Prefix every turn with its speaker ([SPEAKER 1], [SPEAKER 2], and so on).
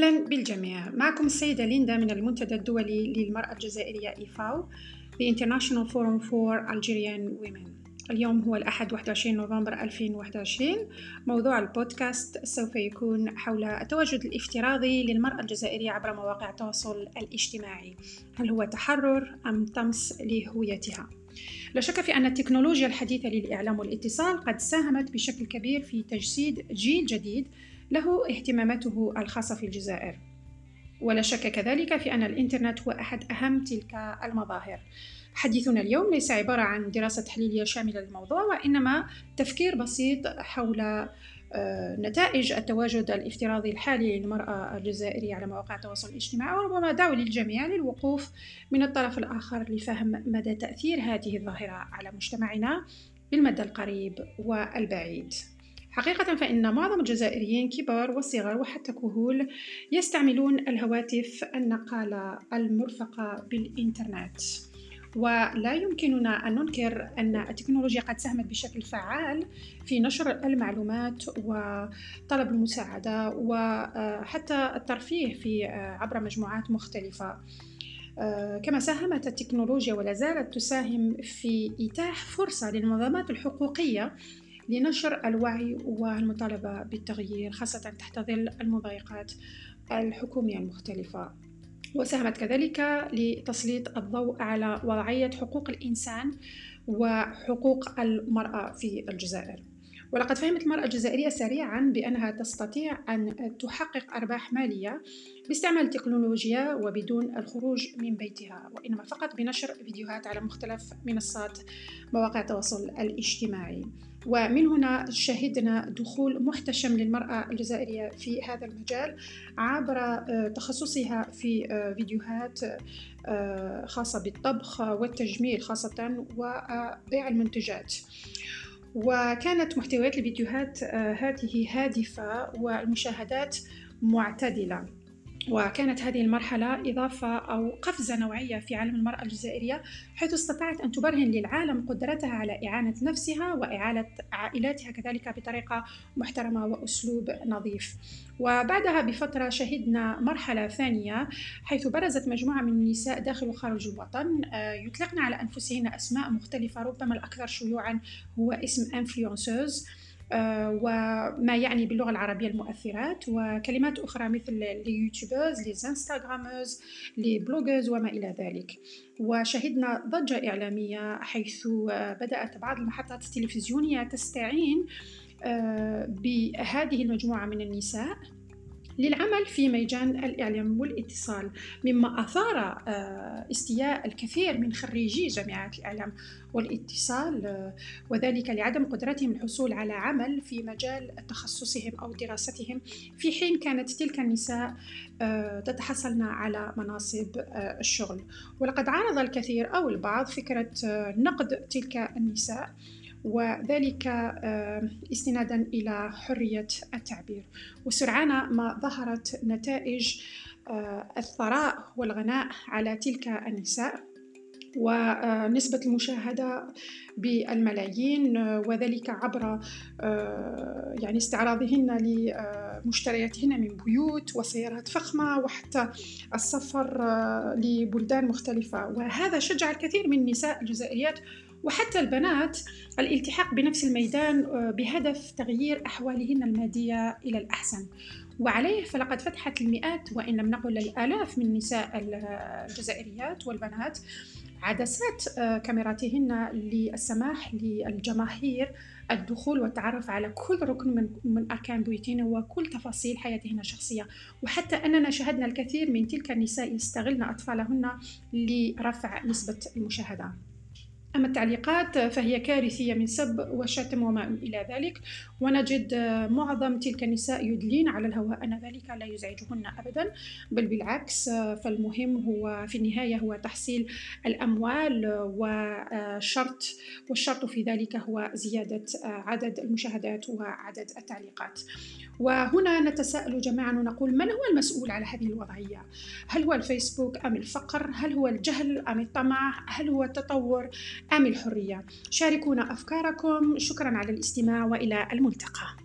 [SPEAKER 1] أهلا بالجميع. معكم السيدة ليندا من المنتدى الدولي للمرأة الجزائرية IFAO The International Forum for Algerian Women. اليوم هو الأحد 21 نوفمبر 2021. موضوع البودكاست سوف يكون حول التواجد الافتراضي للمرأة الجزائرية عبر مواقع التواصل الاجتماعي. هل هو تحرر أم طمس لهويتها؟ لا شك في أن التكنولوجيا الحديثة للإعلام والاتصال قد ساهمت بشكل كبير في تجسيد جيل جديد له اهتماماته الخاصة في الجزائر، ولا شك كذلك في أن الإنترنت هو أحد أهم تلك المظاهر. حديثنا اليوم ليس عبارة عن دراسة تحليلية شاملة للموضوع، وإنما تفكير بسيط حول نتائج التواجد الافتراضي الحالي للمرأة الجزائرية على مواقع التواصل الاجتماعي، وربما دعوة للجميع للوقوف من الطرف الآخر لفهم مدى تأثير هذه الظاهرة على مجتمعنا بالمدى القريب والبعيد. حقيقة فإن معظم الجزائريين كبار وصغار وحتى كهول يستعملون الهواتف النقالة المرفقة بالإنترنت، ولا يمكننا أن ننكر أن التكنولوجيا قد ساهمت بشكل فعال في نشر المعلومات وطلب المساعدة وحتى الترفيه في عبر مجموعات مختلفة. كما ساهمت التكنولوجيا ولا زالت تساهم في إتاح فرصة للمنظمات الحقوقية لنشر الوعي والمطالبة بالتغيير، خاصة تحت ظل المضايقات الحكومية المختلفة. وساهمت كذلك لتسليط الضوء على وضعية حقوق الإنسان وحقوق المرأة في الجزائر. ولقد فهمت المرأة الجزائرية سريعاً بأنها تستطيع أن تحقق أرباح مالية باستعمال التكنولوجيا وبدون الخروج من بيتها، وإنما فقط بنشر فيديوهات على مختلف منصات مواقع التواصل الاجتماعي. ومن هنا شهدنا دخول محتشم للمرأة الجزائرية في هذا المجال عبر تخصصها في فيديوهات خاصة بالطبخ والتجميل خاصة وبيع المنتجات. وكانت محتويات الفيديوهات هذه هادفة والمشاهدات معتدلة، وكانت هذه المرحلة إضافة أو قفزة نوعية في عالم المرأة الجزائرية، حيث استطاعت أن تبرهن للعالم قدرتها على إعانة نفسها وإعالة عائلاتها كذلك بطريقة محترمة وأسلوب نظيف. وبعدها بفترة شهدنا مرحلة ثانية، حيث برزت مجموعة من النساء داخل وخارج الوطن يطلقن على أنفسهن أسماء مختلفة، ربما الأكثر شيوعاً هو اسم إنفلونسوز، وما يعني باللغة العربية المؤثرات، وكلمات أخرى مثل اليوتيوبرز، الانستغرامرز، البلوجرز وما إلى ذلك. وشهدنا ضجة إعلامية حيث بدأت بعض المحطات التلفزيونية تستعين بهذه المجموعة من النساء للعمل في ميدان الإعلام والاتصال، مما أثار استياء الكثير من خريجي جامعات الإعلام والاتصال، وذلك لعدم قدرتهم الحصول على عمل في مجال تخصصهم أو دراستهم، في حين كانت تلك النساء تتحصلن على مناصب الشغل. ولقد عارض الكثير أو البعض فكرة نقد تلك النساء، وذلك استناداً إلى حرية التعبير. وسرعان ما ظهرت نتائج الثراء والغناء على تلك النساء، ونسبة المشاهدة بالملايين، وذلك عبر يعني استعراضهن لمشترياتهن من بيوت وسيارات فخمة وحتى السفر لبلدان مختلفة. وهذا شجع الكثير من النساء الجزائريات وحتى البنات الالتحاق بنفس الميدان بهدف تغيير أحوالهن المادية إلى الأحسن. وعليه فلقد فتحت المئات وإن لم نقل الآلاف من النساء الجزائريات والبنات عدسات كاميراتهن للسماح للجماهير الدخول والتعرف على كل ركن من أركان بيوتهن وكل تفاصيل حياتهن الشخصية. وحتى أننا شاهدنا الكثير من تلك النساء يستغلن أطفالهن لرفع نسبة المشاهدة. أما التعليقات فهي كارثية من سب وشتم وما إلى ذلك، ونجد معظم تلك النساء يدلين على الهواء أن ذلك لا يزعجهن أبدا، بل بالعكس، فالمهم هو في النهاية هو تحصيل الأموال، والشرط في ذلك هو زيادة عدد المشاهدات وعدد التعليقات. وهنا نتساءل جميعا ونقول: من هو المسؤول على هذه الوضعية؟ هل هو الفيسبوك أم الفقر؟ هل هو الجهل أم الطمع؟ هل هو التطور أم الحرية؟ شاركونا أفكاركم. شكرا على الاستماع وإلى الملتقى.